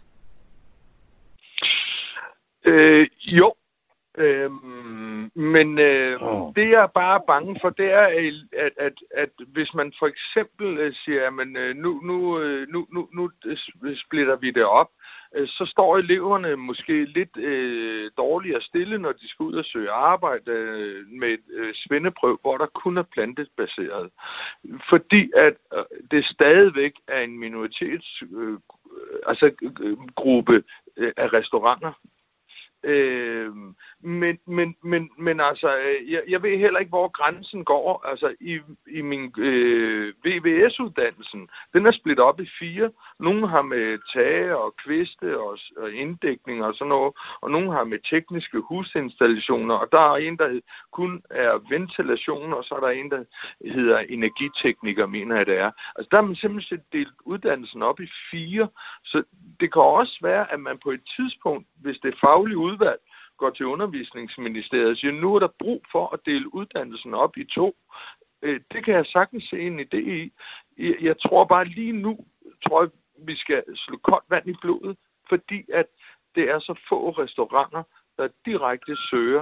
Øh, jo. Øh, men øh, oh. det jeg er bare bange for, det er, at, at, at hvis man for eksempel siger, at nu, nu, nu, nu, nu splitter vi det op, så står eleverne måske lidt øh, dårligere stille, når de skal ud og søge arbejde øh, med et øh, svendeprøv, hvor der kun er plantebaseret. Fordi at øh, det stadigvæk er en minoritets øh, altså, øh, gruppe øh, af restauranter. Øh, men, men, men, men altså, jeg, jeg ved heller ikke, hvor grænsen går. Altså, i, i min øh, V V S-uddannelsen, den er splittet op i fire. Nogle har med tage og kviste og, og inddækning og sådan noget, og nogle har med tekniske husinstallationer, og der er en, der kun er ventilation, og så er der en, der hedder energitekniker, mener jeg det er. Altså, der har man simpelthen delt uddannelsen op i fire, så det kan også være, at man på et tidspunkt, hvis det faglige udvalg går til undervisningsministeriet og siger, nu er der brug for at dele uddannelsen op i to. Det kan jeg sagtens se en idé i. Jeg tror bare lige nu, tror jeg, vi skal slå koldt vand i blodet, fordi at det er så få restauranter, der direkte søger.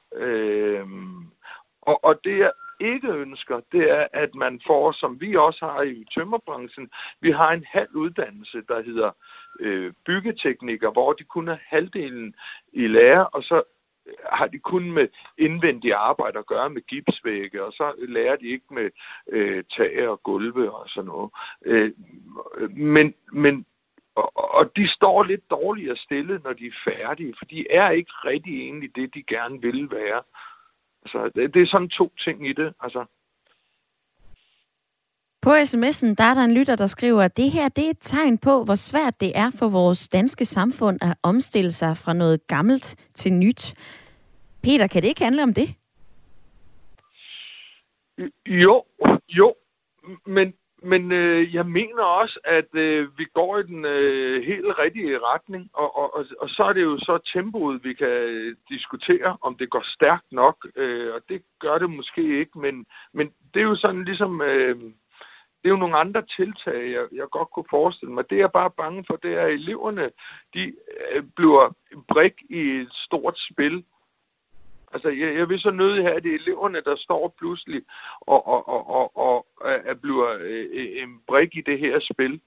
Og, og det jeg ikke ønsker, det er, at man får, som vi også har i tømmerbranchen, vi har en halv uddannelse, der hedder øh, byggetekniker, hvor de kun er halvdelen i lære, og så har de kun med indvendige arbejde at gøre med gipsvægge, og så lærer de ikke med øh, tag og gulve og sådan noget. Øh, men, men og, og de står lidt dårligere stille, når de er færdige, for de er ikke rigtig egentlig det, de gerne vil være. Altså, det, det er sådan to ting i det, altså. På sms'en, der er der en lytter, der skriver, at det her, det er et tegn på, hvor svært det er for vores danske samfund at omstille sig fra noget gammelt til nyt. Peter, kan det ikke handle om det? Jo, jo, men, men øh, jeg mener også, at øh, vi går i den øh, helt rigtige retning, og, og, og, og så er det jo så tempoet, vi kan diskutere, om det går stærkt nok, øh, og det gør det måske ikke, men, men det er jo sådan ligesom... Øh, Det er jo nogle andre tiltag, jeg, jeg godt kunne forestille mig. Det jeg er bare bange for, det er, at eleverne de øh, bliver brik i et stort spil. Altså, jeg, jeg vil så nødig have, at det er eleverne, der står pludselig og, og, og, og, og er bliver øh, en brik i det her spil.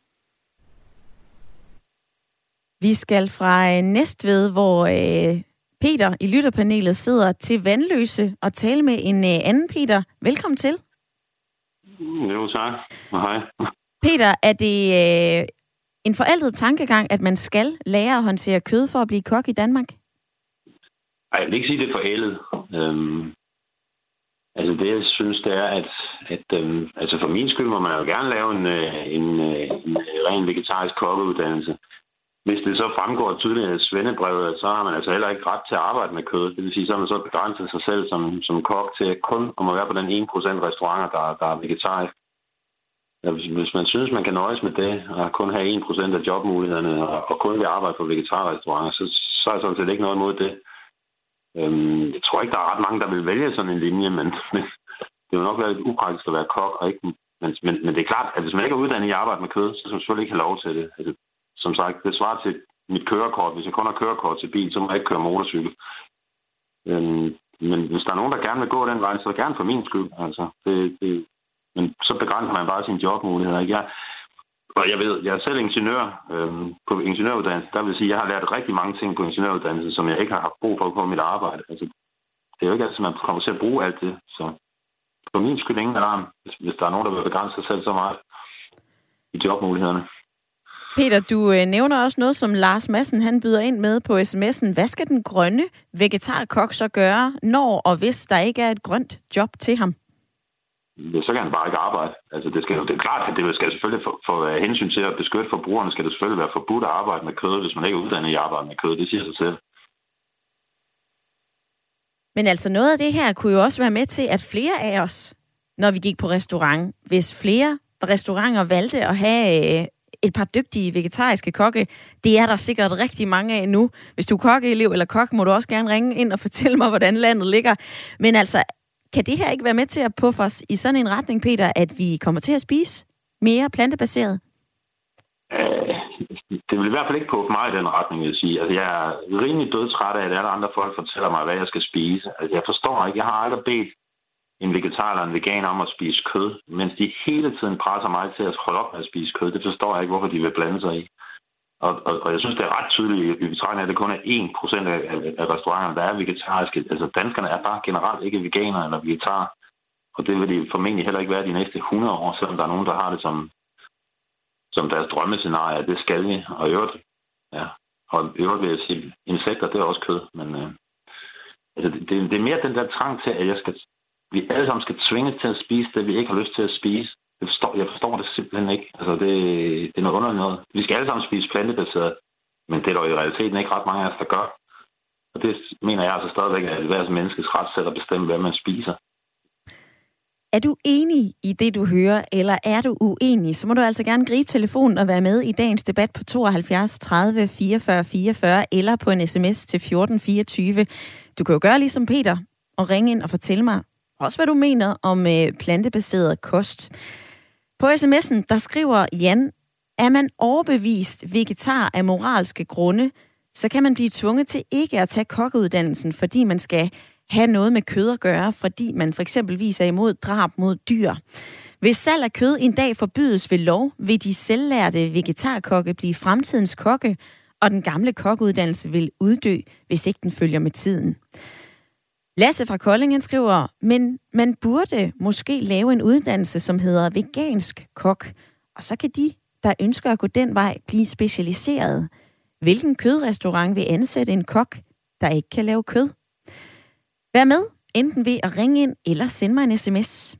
Vi skal fra Næstved, hvor øh, Peter i lytterpanelet sidder, til Vandløse og tale med en øh, anden Peter. Velkommen til. Jo, tak. Hej. Peter, er det øh, en forældet tankegang, at man skal lære at håndtere kød for at blive kok i Danmark? Ej, jeg vil ikke sige, det er forældet. Øhm, altså det, jeg synes, det er, at, at øhm, altså for min skyld må man jo gerne lave en, en, en, en ren vegetarisk kokkeuddannelse. Hvis det så fremgår tydeligt af svendebrevet, så har man altså heller ikke ret til at arbejde med kød. Det vil sige, så har man så begrænset sig selv som, som kok til kun at må være på den en procent restauranter, der, der er vegetarisk. Hvis man synes, man kan nøjes med det, og kun have en procent af jobmulighederne, og kun vil arbejde på vegetarrestauranter, så, så er der sådan set ikke noget imod det. Øhm, jeg tror ikke, der er ret mange, der vil vælge sådan en linje, men, men det vil nok være lidt upraktisk at være kok. Og ikke, men, men, men det er klart, at hvis man ikke er uddannet i at arbejde med kød, så skal man selvfølgelig ikke have lov til det. Altså, som sagt, det svarer til mit kørekort. Hvis jeg kun har kørekort til bil, så må jeg ikke køre motorcykel. Øhm, men hvis der er nogen, der gerne vil gå den vej, så er det gerne for min skyld. Altså, det, det, men så begrænser man bare sine jobmuligheder. Jeg, og jeg ved, jeg er selv ingeniør øhm, på ingeniøruddannelse. Der vil sige, at jeg har lært rigtig mange ting på ingeniøruddannelse, som jeg ikke har haft brug for på mit arbejde. Altså, det er jo ikke altid, man kommer til at bruge alt det. Så for min skyld ingen alarm, hvis, hvis der er nogen, der vil begrænse sig selv så meget i jobmulighederne. Peter, du øh, nævner også noget, som Lars Madsen han byder ind med på sms'en. Hvad skal den grønne vegetarkok så gøre, når og hvis der ikke er et grønt job til ham? Ja, så kan han bare ikke arbejde. Altså, det, skal, det er klart, at det skal selvfølgelig for, for hensyn til at beskytte forbrugerne, skal det selvfølgelig være forbudt at arbejde med kød, hvis man ikke er uddannet i at arbejde med kød. Det siger sig selv. Men altså noget af det her kunne jo også være med til, at flere af os, når vi gik på restaurant, hvis flere restauranter valgte at have et par dygtige vegetariske kokke, det er der sikkert rigtig mange af nu. Hvis du er kokkeelev eller kok, må du også gerne ringe ind og fortælle mig, hvordan landet ligger. Men altså, kan det her ikke være med til at puffe os i sådan en retning, Peter, at vi kommer til at spise mere plantebaseret? Øh, det vil i hvert fald ikke puffe mig i den retning, vil jeg sige. Altså, jeg er rimelig dødtræt af, at alle andre folk fortæller mig, hvad jeg skal spise. Altså, jeg forstår ikke. Jeg har aldrig bedt en vegetar eller en veganer om at spise kød, mens de hele tiden presser mig til at holde op med at spise kød. Det forstår jeg ikke, hvorfor de vil blande sig i. Og, og, og jeg synes, det er ret tydeligt, at vi betragter, at det kun er en procent af, af, af restauranterne, der er vegetariske. Altså, danskerne er bare generelt ikke veganer eller vegetar. Og det vil de formentlig heller ikke være de næste hundrede år, selvom der er nogen, der har det som, som deres drømmescenarie. Det skal vi. Og i øvrigt, ja. Og i øvrigt vil jeg sige, insekter, det er også kød. Men øh, altså, det, det er mere den der trang til, at jeg skal, vi alle sammen skal tvinges til at spise det, vi ikke har lyst til at spise. Jeg forstår, jeg forstår det simpelthen ikke. Altså, det, det er noget underligt noget. Vi skal alle sammen spise plantebaseret, men det er der i realiteten ikke ret mange af os, der gør. Og det mener jeg altså stadigvæk, at hver menneskes ret til at bestemme, hvad man spiser. Er du enig i det, du hører, eller er du uenig, så må du altså gerne gribe telefonen og være med i dagens debat på tooghalvfjerds tredive fireogfyrre fireogfyrre eller på en sms til fjorten fireogtyve. Du kan jo gøre ligesom Peter og ringe ind og fortælle mig også, hvad du mener om øh, plantebaseret kost. På sms'en, der skriver Jan, er man overbevist vegetar af moralske grunde, så kan man blive tvunget til ikke at tage kokkeuddannelsen, fordi man skal have noget med kød at gøre, fordi man for eksempelvis er imod drab mod dyr. Hvis salg af kød en dag forbydes ved lov, vil de selvlærte vegetarkokke blive fremtidens kokke, og den gamle kokkeuddannelse vil uddø, hvis ikke den følger med tiden. Lasse fra Kolding skriver, men man burde måske lave en uddannelse, som hedder vegansk kok, og så kan de, der ønsker at gå den vej, blive specialiseret. Hvilken kødrestaurant vil ansætte en kok, der ikke kan lave kød? Vær med, enten ved at ringe ind eller sende mig en sms.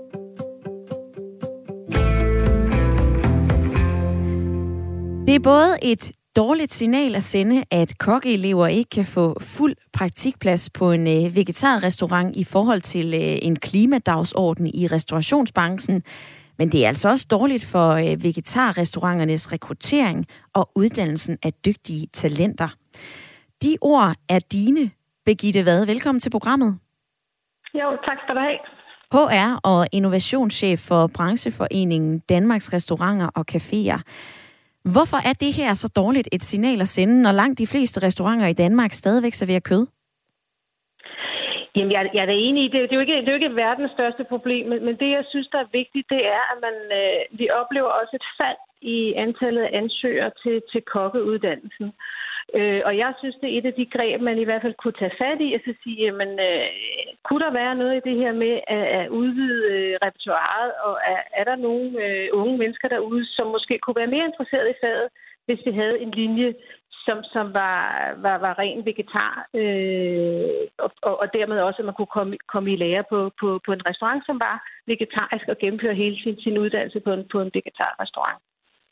Det er både et dårligt signal at sende, at kokkeelever ikke kan få fuld praktikplads på en øh, vegetarrestaurant i forhold til øh, en klimadagsorden i restaurationsbranchen. Men det er altså også dårligt for øh, vegetarrestauranternes rekruttering og uddannelsen af dygtige talenter. De ord er dine, Birgitte Wade. Velkommen til programmet. Jo, tak skal du have. H R og innovationschef for brancheforeningen Danmarks Restauranter og Caféer. Hvorfor er det her så dårligt et signal at sende, når langt de fleste restauranter i Danmark stadigvæk serverer kød? Jamen, jeg, jeg er da enig i, det, det, er jo ikke, det er jo ikke verdens største problem, men, men det, jeg synes, der er vigtigt, det er, at man, øh, vi oplever også et fald i antallet af ansøgere til, til kokkeuddannelsen. Øh, og jeg synes, det er et af de greb, man i hvert fald kunne tage fat i, og så sige, jamen, øh, kunne der være noget i det her med at, at udvide øh, repertoiret, og er, er der nogle øh, unge mennesker derude, som måske kunne være mere interesserede i faget, hvis vi havde en linje, som, som var, var, var ren vegetar, øh, og, og, og dermed også, at man kunne komme, komme i lære på, på, på en restaurant, som var vegetarisk, og gennemføre hele sin, sin uddannelse på en, på en vegetarrestaurant.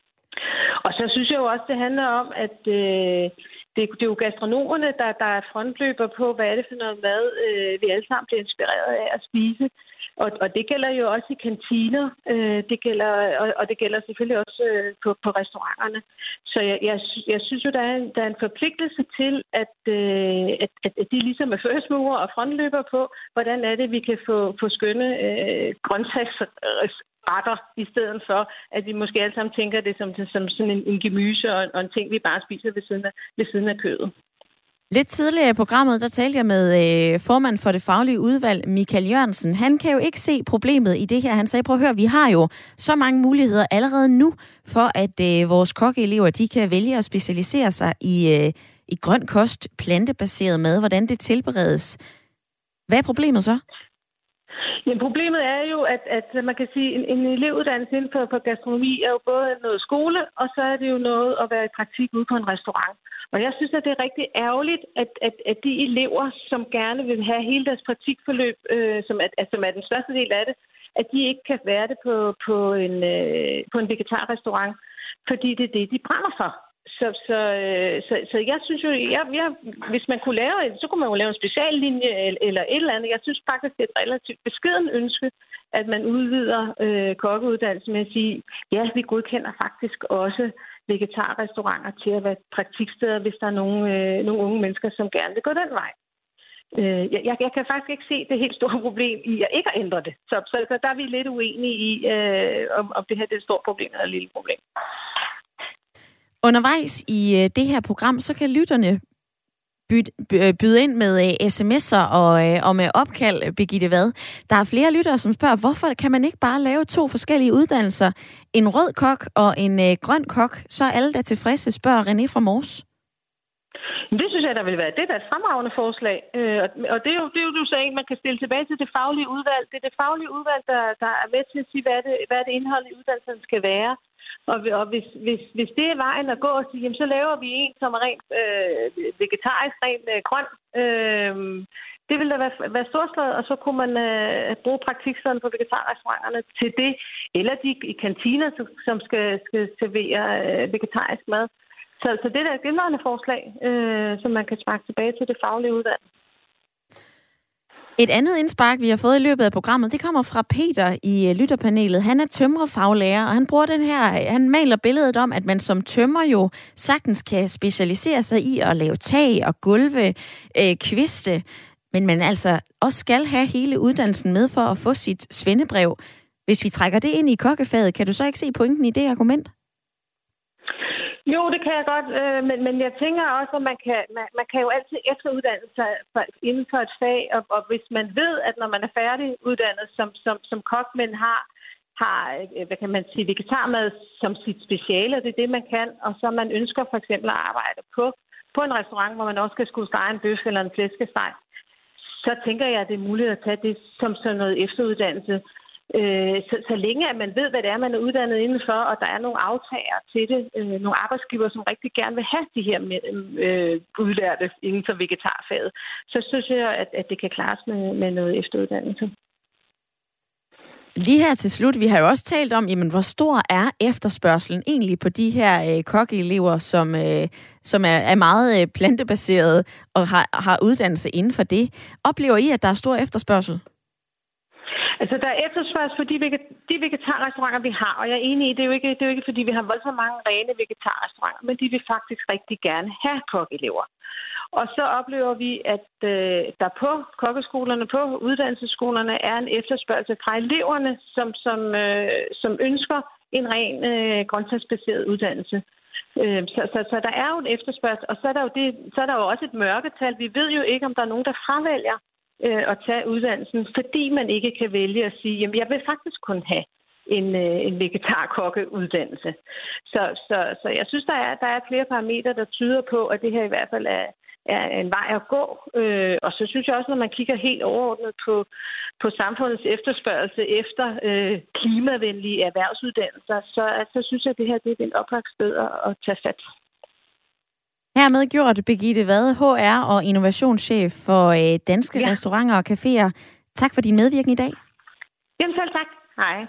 Og så synes jeg jo også, det handler om, at øh, det, det er jo gastronomerne, der, der er frontløber på, hvad er det for noget mad, øh, vi alle sammen bliver inspireret af at spise. Og, og det gælder jo også i kantiner, øh, det gælder, og, og det gælder selvfølgelig også øh, på, på restauranterne. Så jeg, jeg, jeg synes jo, der er en, der er en forpligtelse til, at, øh, at, at de ligesom er first mover og frontløber på, hvordan er det, vi kan få, få skønne øh, grøntsagsretter, i stedet for, at vi måske alle sammen tænker det som, som sådan en, en gemyse og, og en ting, vi bare spiser ved siden af, ved siden af kødet. Lidt tidligere i programmet, der talte jeg med øh, formand for det faglige udvalg, Michael Jørgensen. Han kan jo ikke se problemet i det her. Han sagde, prøv at høre, vi har jo så mange muligheder allerede nu, for at øh, vores kokkeelever, de kan vælge at specialisere sig i, øh, i grøn kost, plantebaseret mad, hvordan det tilberedes. Hvad er problemet så? Jamen, problemet er jo, at, at man kan sige, en, en elevuddannelse inden for, for gastronomi er jo både noget skole, og så er det jo noget at være i praktik ude på en restaurant. Og jeg synes, at det er rigtig ærgerligt, at, at, at de elever, som gerne vil have hele deres praktikforløb, øh, som, er, som er den største del af det, at de ikke kan være det på, på, en, øh, på en vegetarrestaurant, fordi det er det, de brænder for. Så, så, så, så jeg synes jo, jeg, jeg, hvis man kunne lave, så kunne man jo lave en speciallinje eller et eller andet. Jeg synes faktisk, det er et relativt beskeden ønske, at man udvider øh, kokkeuddannelsen med at sige, ja, vi godkender faktisk også vegetarrestauranter til at være praktiksteder, hvis der er nogle, øh, nogle unge mennesker, som gerne vil gå den vej. Øh, jeg, jeg kan faktisk ikke se det helt store problem i at ikke ændre det. Så, så, så der er vi lidt uenige i, øh, om, om det her det er et stort problem eller et lille problem. Undervejs i det her program, så kan lytterne byde ind med sms'er og, og med opkald, Birgitte Vad. Der er flere lyttere, som spørger, hvorfor kan man ikke bare lave to forskellige uddannelser? En rød kok og en grøn kok, så er alle der tilfredse, spørger René fra Mors. Det synes jeg, der vil være. Det er da et fremragende forslag. Og det er jo, det er jo så en, man kan stille tilbage til det faglige udvalg. Det er det faglige udvalg, der, der er med til at sige, hvad det, hvad det indhold i uddannelsen skal være. Og, og hvis, hvis, hvis det er vejen at gå og sige, jamen, så laver vi en, som er rent øh, vegetarisk, rent øh, grøn. Øh, det ville da være, være storslået, og så kunne man øh, bruge praktikstederne på vegetarrestauranterne til det. Eller de i kantiner, som skal, skal servere øh, vegetarisk mad. Så, så det er et glimrende forslag, øh, som man kan sparke tilbage til det faglige udvalg. Et andet indspark, vi har fået i løbet af programmet, det kommer fra Peter i lytterpanelet. Han er tømrerfaglærer, og han bruger den her, han maler billedet om, at man som tømrer jo sagtens kan specialisere sig i at lave tag og gulve, øh, kviste, men man altså også skal have hele uddannelsen med for at få sit svendebrev. Hvis vi trækker det ind i kokkefaget, kan du så ikke se pointen i det argument? Jo, det kan jeg godt, øh, men, men jeg tænker også, at man kan, man, man kan jo altid efteruddanne sig inden for et fag, og, og hvis man ved, at når man er færdiguddannet som, som, som kok, men har, har, hvad kan man sige, vegetarmad som sit speciale, og det er det, man kan, og så man ønsker for eksempel at arbejde på, på en restaurant, hvor man også skal skulle stege en bøf eller en flæskesteg, så tænker jeg, at det er muligt at tage det som sådan noget efteruddannelse. Så, så længe at man ved, hvad det er, man er uddannet indenfor, og der er nogle aftagere til det, øh, nogle arbejdsgivere, som rigtig gerne vil have de her øh, udlærte inden for vegetarfaget, så synes jeg, at, at det kan klares med, med noget efteruddannelse. Lige her til slut, vi har jo også talt om, jamen, hvor stor er efterspørgselen egentlig på de her øh, kokkeelever, som, øh, som er, er meget øh, plantebaserede og har, har uddannelse inden for det. Oplever I, at der er stor efterspørgsel? Altså, der er efterspørgsel for de, veget- de vegetarrestauranter, vi har, og jeg er enig i, det er jo ikke, det er jo ikke fordi vi har voldsomt mange rene vegetarrestauranter, men de vil faktisk rigtig gerne have kokkeelever. Og så oplever vi, at øh, der på kokkeskolerne, på uddannelsesskolerne, er en efterspørgsel fra eleverne, som, som, øh, som ønsker en ren øh, grøntsagsbaseret uddannelse. Øh, så, så, så der er jo en efterspørgsel, og så er der jo, det, så er der jo også et mørketal. Vi ved jo ikke, om der er nogen, der fravælger øh, at tage uddannelsen, fordi man ikke kan vælge at sige, jamen jeg vil faktisk kun have en, øh, en vegetarkokkeuddannelse. Så, så, så jeg synes, der er, der er flere parametre, der tyder på, at det her i hvert fald er, er en vej at gå. Øh, og så synes jeg også, når man kigger helt overordnet på, på samfundets efterspørgsel efter øh, klimavenlige erhvervsuddannelser, så, så synes jeg, at det her det er en oplagt sted at, at tage fat. Hermed gjort, Birgitte Wade, H R og innovationschef for øh, Danske ja. Restauranter og Caféer. Tak for din medvirken i dag. Jamen selv tak. Hej.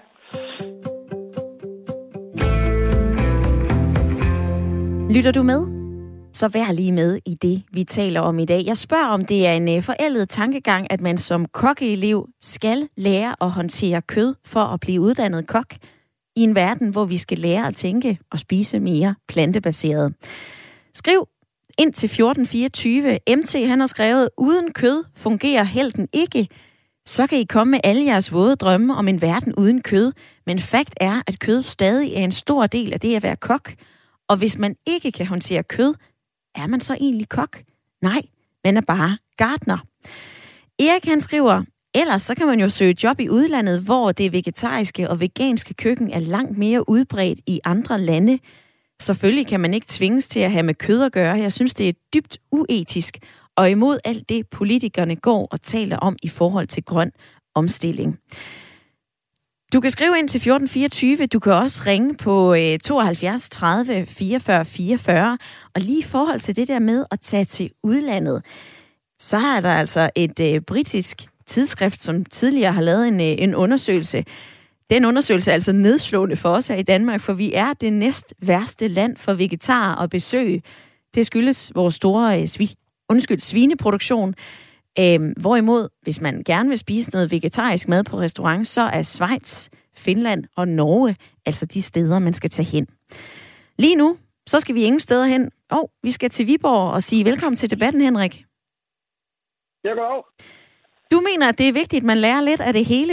Lytter du med? Så vær lige med i det, vi taler om i dag. Jeg spørger, om det er en forældet tankegang, at man som kokkeelev skal lære at håndtere kød for at blive uddannet kok i en verden, hvor vi skal lære at tænke og spise mere plantebaseret. Skriv ind til fjorten fireogtyve. M T han har skrevet, uden kød fungerer helten ikke. Så kan I komme med alle jeres våde drømme om en verden uden kød. Men fakt er, at kød stadig er en stor del af det at være kok. Og hvis man ikke kan håndtere kød, er man så egentlig kok? Nej, man er bare gartner. Erik han skriver, ellers så kan man jo søge job i udlandet, hvor det vegetariske og veganske køkken er langt mere udbredt i andre lande. Selvfølgelig kan man ikke tvinges til at have med kød at gøre. Jeg synes, det er dybt uetisk og imod alt det, politikerne går og taler om i forhold til grøn omstilling. Du kan skrive ind til fjorten fireogtyve. Du kan også ringe på tooghalvfjerds tredive fireogfyrre fireogfyrre. Og lige i forhold til det der med at tage til udlandet, så er der altså et øh, britisk tidsskrift, som tidligere har lavet en, øh, en undersøgelse. Den undersøgelse er altså nedslående for os her i Danmark, for vi er det næst værste land for vegetarer at besøge. Det skyldes vores store øh, svi, undskyld, svineproduktion. Øhm, hvorimod, hvis man gerne vil spise noget vegetarisk mad på restaurant, så er Schweiz, Finland og Norge altså de steder, man skal tage hen. Lige nu, så skal vi ingen steder hen. Og vi skal til Viborg og sige velkommen til debatten, Henrik. Ja, goddag. Du mener, at det er vigtigt, at man lærer lidt af det hele?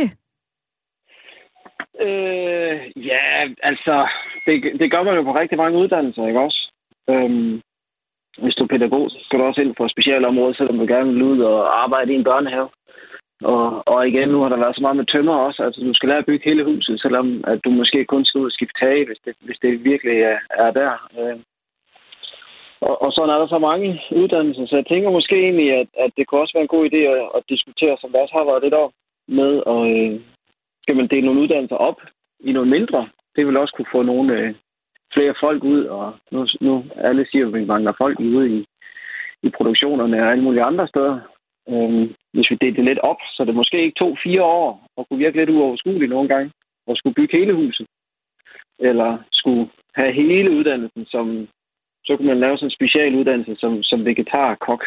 Øh, ja, altså, det, det gør man jo på rigtig mange uddannelser, ikke også? Øhm, hvis du er pædagog, så skal du også ind på specialområdet, selvom du gerne vil ud og arbejde i en børnehave. Og, og igen, nu har der været så meget med tømmer også. Altså, du skal lære at bygge hele huset, selvom at du måske kun skal ud og skifte tage, hvis det, hvis det virkelig er, er der. Øh. Og, og sådan er der så mange uddannelser, så jeg tænker måske egentlig, at, at det kunne også være en god idé at, at diskutere, som der også har været lidt om, med at øh, skal man dele nogle uddannelser op i nogle mindre. Det vil også kunne få nogle øh, flere folk ud, og nu, nu alle siger, at vi mangler folk ude i, i produktionerne og alle mulige andre steder. Øh, hvis vi delte det lidt op, så det måske ikke tog fire år og kunne virke lidt uoverskueligt nogle gange, og skulle bygge hele huset, eller skulle have hele uddannelsen som så kunne man lave sådan en specialuddannelse som, som vegetar-kok.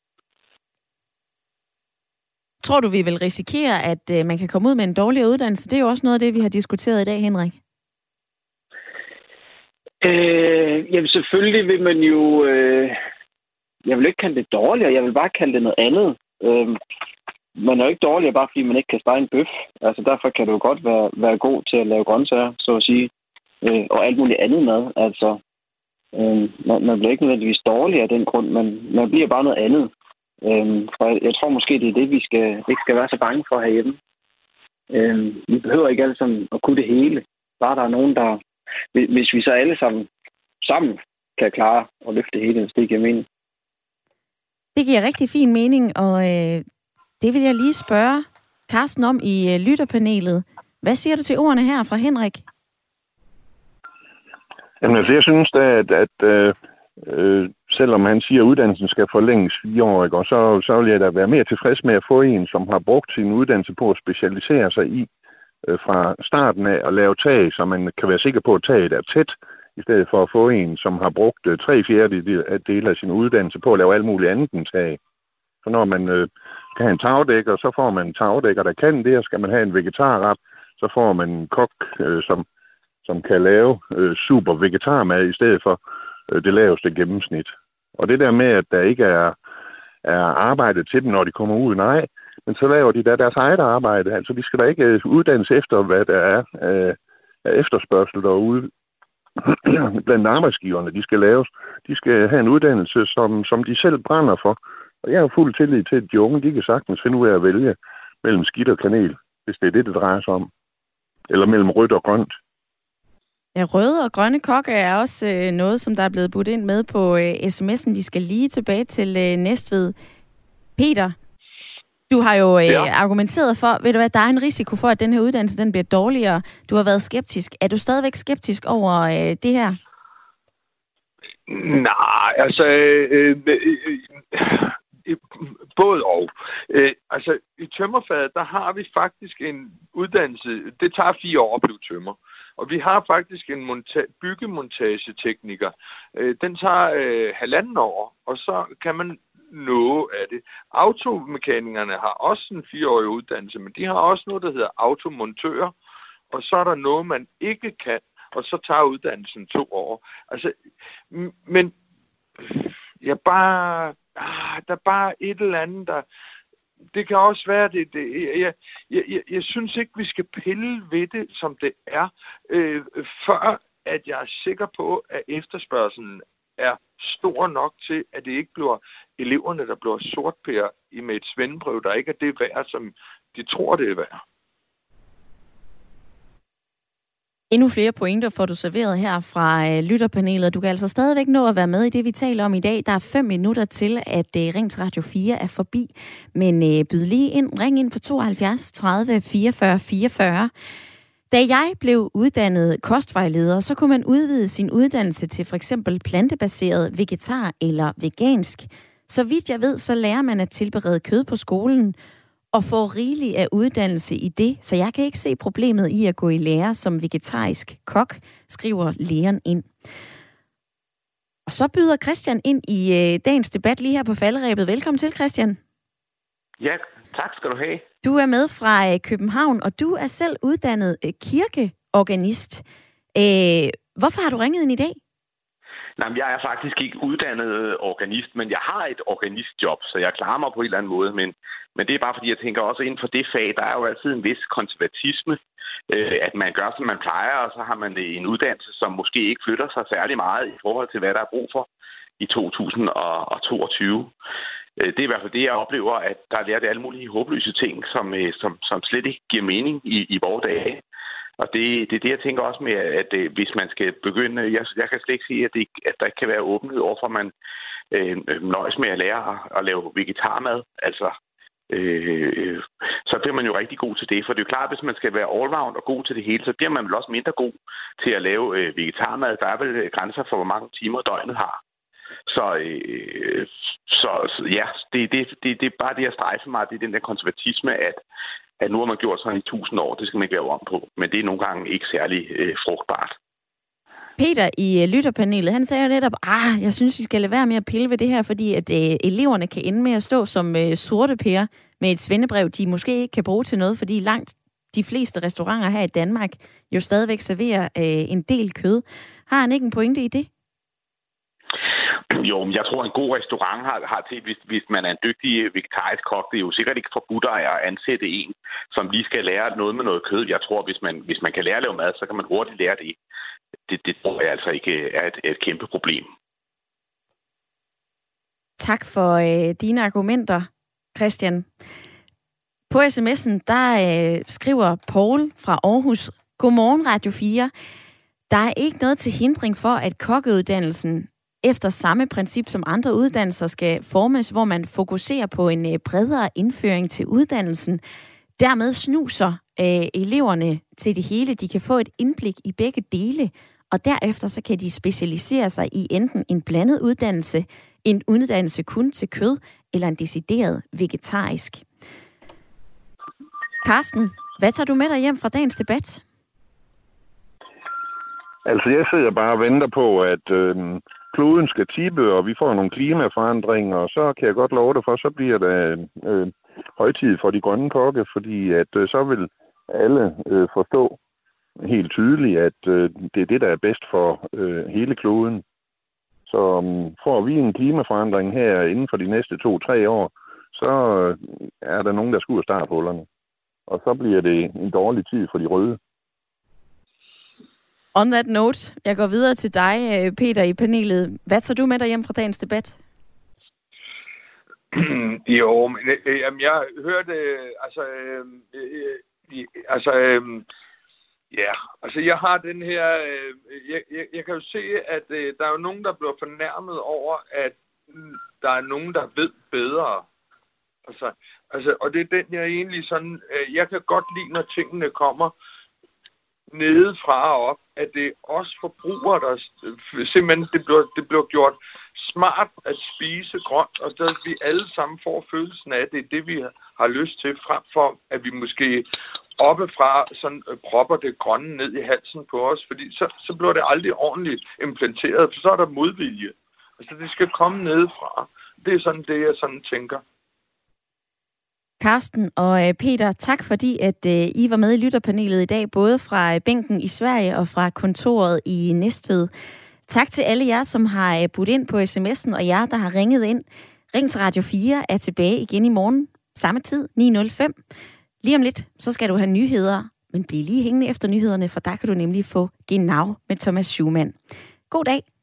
Tror du, vi vil risikere, at øh, man kan komme ud med en dårligere uddannelse? Det er jo også noget af det, vi har diskuteret i dag, Henrik. Øh, jamen selvfølgelig vil man jo... Øh, jeg vil ikke kalde det dårligere, jeg vil bare kalde det noget andet. Øh, man er jo ikke dårligere, bare fordi man ikke kan stege en bøf. Altså derfor kan det jo godt være, være god til at lave grøntsager, så at sige. Øh, og alt muligt andet mad, altså... Øhm, man, man bliver ikke nødvendigvis dårlig af den grund, men man bliver bare noget andet. Øhm, for jeg tror måske, det er det, vi skal, ikke skal være så bange for herhjemme. Øhm, vi behøver ikke alle sammen at kunne det hele. Bare der er nogen, der... Hvis vi så alle sammen, sammen kan klare at løfte det hele, hvis det giver mening. Det giver rigtig fin mening, og øh, det vil jeg lige spørge Carsten om i øh, lytterpanelet. Hvad siger du til ordene her fra Henrik? Jamen, altså, jeg synes da, at, at øh, øh, selvom han siger, at uddannelsen skal forlænges fire år, ikke, og så, så vil jeg da være mere tilfreds med at få en, som har brugt sin uddannelse på at specialisere sig i øh, fra starten af at lave tag, så man kan være sikker på, at taget er tæt, i stedet for at få en, som har brugt øh, tre fjerdedele af sin uddannelse på at lave alt muligt andet end tag. Så når man øh, kan have en tagdækker, så får man en tagdækker, der kan det, og skal man have en vegetarret, så får man en kok, øh, som som kan lave øh, super vegetarmad i stedet for øh, det laveste gennemsnit. Og det der med, at der ikke er, er arbejde til dem, når de kommer ud, nej, men så laver de da deres eget arbejde. Altså, de skal da ikke øh, uddannes efter, hvad der er øh, af efterspørgsel derude blandt arbejdsgiverne, de skal laves. De skal have en uddannelse, som, som de selv brænder for. Og jeg har fuld tillid til, at de unge, de kan sagtens finde ud af at vælge mellem skidt og kanel, hvis det er det, det drejer sig om. Eller mellem rødt og grønt. Ja, røde og grønne kokke er også øh, noget, som der er blevet budt ind med på øh, sms'en. Vi skal lige tilbage til øh, Næstved. Peter, du har jo øh, ja. argumenteret for, ved du hvad, der er en risiko for, at den her uddannelse den bliver dårligere. Du har været skeptisk. Er du stadigvæk skeptisk over øh, det her? Nej, altså... Øh, øh, øh, både og. Øh, altså, i tømmerfaget, der har vi faktisk en uddannelse. Det tager fire år at blive tømmer. Og vi har faktisk en monta- byggemontagetekniker. Øh, den tager øh, halvanden år, og så kan man nå af det. Automekanikerne har også en fireårig uddannelse, men de har også noget, der hedder automontører. Og så er der noget, man ikke kan, og så tager uddannelsen to år. Altså, m- men jeg bare... Ah, der er bare et eller andet, der... Det kan også være, det, det jeg, jeg, jeg, jeg synes ikke, vi skal pille ved det, som det er, øh, før at jeg er sikker på, at efterspørgselen er stor nok til, at det ikke bliver eleverne, der bliver sortpærer med et svendebrev, der ikke er det værd, som de tror, det er værd. Endnu flere pointer får du serveret her fra øh, lytterpanelet. Du kan altså stadigvæk nå at være med i det, vi taler om i dag. Der er fem minutter til, at øh, Ring til Radio fire er forbi. Men øh, byd lige ind. Ring ind på tooghalvfjerds tredive fireogfyrre fireogfyrre. Da jeg blev uddannet kostvejleder, så kunne man udvide sin uddannelse til for eksempel plantebaseret, vegetar eller vegansk. Så vidt jeg ved, så lærer man at tilberede kød på skolen og får rigeligt af uddannelse i det, så jeg kan ikke se problemet i at gå i lære som vegetarisk kok, skriver læren ind. Og så byder Christian ind i øh, dagens debat lige her på falderebet. Velkommen til, Christian. Ja, tak skal du have. Du er med fra øh, København, og du er selv uddannet øh, kirkeorganist. Øh, hvorfor har du ringet ind i dag? Nej, jeg er faktisk ikke uddannet organist, men jeg har et organistjob, så jeg klarer mig på en eller anden måde. Men, men det er bare fordi, jeg tænker også inden for det fag, der er jo altid en vis konservatisme, øh, at man gør, som man plejer, og så har man en uddannelse, som måske ikke flytter sig særlig meget i forhold til, hvad der er brug for i to tusind toogtyve. Det er i hvert fald det, jeg oplever, at der er lært alle mulige håbløse ting, som, som, som slet ikke giver mening i, i vores dage. Og det, det er det, jeg tænker også med, at øh, hvis man skal begynde... Jeg, jeg kan slet ikke sige, at, det, at der ikke kan være åbenhed overfor, at man øh, nøjes med at lære at, at lave vegetarmad. Altså, øh, så bliver man jo rigtig god til det. For det er jo klart, at hvis man skal være allround og god til det hele, så bliver man vel også mindre god til at lave øh, vegetarmad. Der er vel grænser for, hvor mange timer døgnet har. Så, øh, så, så ja, det, det, det, det er bare det, jeg strejfer mig. Det er den der konservatisme, at at nu har man gjort sådan i tusind år, det skal man ikke være om på. Men det er nogle gange ikke særlig øh, frugtbart. Peter i øh, lytterpanelet, han sagde jo netop, ah, jeg synes, vi skal lade være med at pille ved det her, fordi at øh, eleverne kan ende med at stå som øh, sorte pærer med et svendebrev, de måske ikke kan bruge til noget, fordi langt de fleste restauranter her i Danmark jo stadigvæk serverer øh, en del kød. Har han ikke en pointe i det? Jo, men jeg tror, en god restaurant har, har til, hvis, hvis man er en dygtig vegetarisk kok, det er jo sikkert ikke forbudt at ansætte en, som lige skal lære noget med noget kød. Jeg tror, hvis man, hvis man kan lære at lave mad, så kan man hurtigt lære det. Det, det tror jeg altså ikke er et, et kæmpe problem. Tak for øh, dine argumenter, Christian. På sms'en, der øh, skriver Paul fra Aarhus, Godmorgen Radio fire. Der er ikke noget til hindring for, at kokkeuddannelsen efter samme princip som andre uddannelser skal formes, hvor man fokuserer på en bredere indføring til uddannelsen. Dermed snuser øh, eleverne til det hele. De kan få et indblik i begge dele, og derefter så kan de specialisere sig i enten en blandet uddannelse, en uddannelse kun til kød, eller en decideret vegetarisk. Carsten, hvad tager du med dig hjem fra dagens debat? Altså, jeg sidder bare og venter på, at øh, kloden skal tippe, og vi får nogle klimaforandringer, og så kan jeg godt love det for, så bliver der øh, højtid for de grønne kokke, fordi at øh, så vil alle øh, forstå helt tydeligt, at øh, det er det, der er bedst for øh, hele kloden. Så øh, får vi en klimaforandring her inden for de næste to-tre år, så øh, er der nogen, der skal ud og starte hullerne. Og så bliver det en dårlig tid for de røde. On that note, jeg går videre til dig, Peter, i panelet. Hvad tager du med dig hjem fra dagens debat? Jo, men øh, jamen, jeg hørte, øh, altså, øh, øh, altså, øh, ja, altså jeg har den her, øh, jeg, jeg, jeg kan jo se, at øh, der er jo nogen, der bliver fornærmet over, at øh, der er nogen, der ved bedre. Altså, altså, og det er den, jeg egentlig sådan, øh, jeg kan godt lide, når tingene kommer nedefra og op, at det er os forbrugere, der øh, simpelthen, det bliver, det bliver gjort smart at spise grønt, og så vi alle sammen får følelsen af, at det er det, vi har lyst til, frem for at vi måske oppefra sådan øh, propper det grønne ned i halsen på os, fordi så, så bliver det aldrig ordentligt implementeret, for så er der modvilje. Altså, det skal komme nedefra. Det er sådan det, jeg sådan tænker. Carsten og Peter, tak fordi, at I var med i lytterpanelet i dag, både fra bænken i Sverige og fra kontoret i Næstved. Tak til alle jer, som har budt ind på sms'en, og jer, der har ringet ind. Ring til Radio fire er tilbage igen i morgen, samme tid, ni nul fem. Lige om lidt, så skal du have nyheder, men bliv lige hængende efter nyhederne, for der kan du nemlig få Genau med Thomas Schumann. God dag.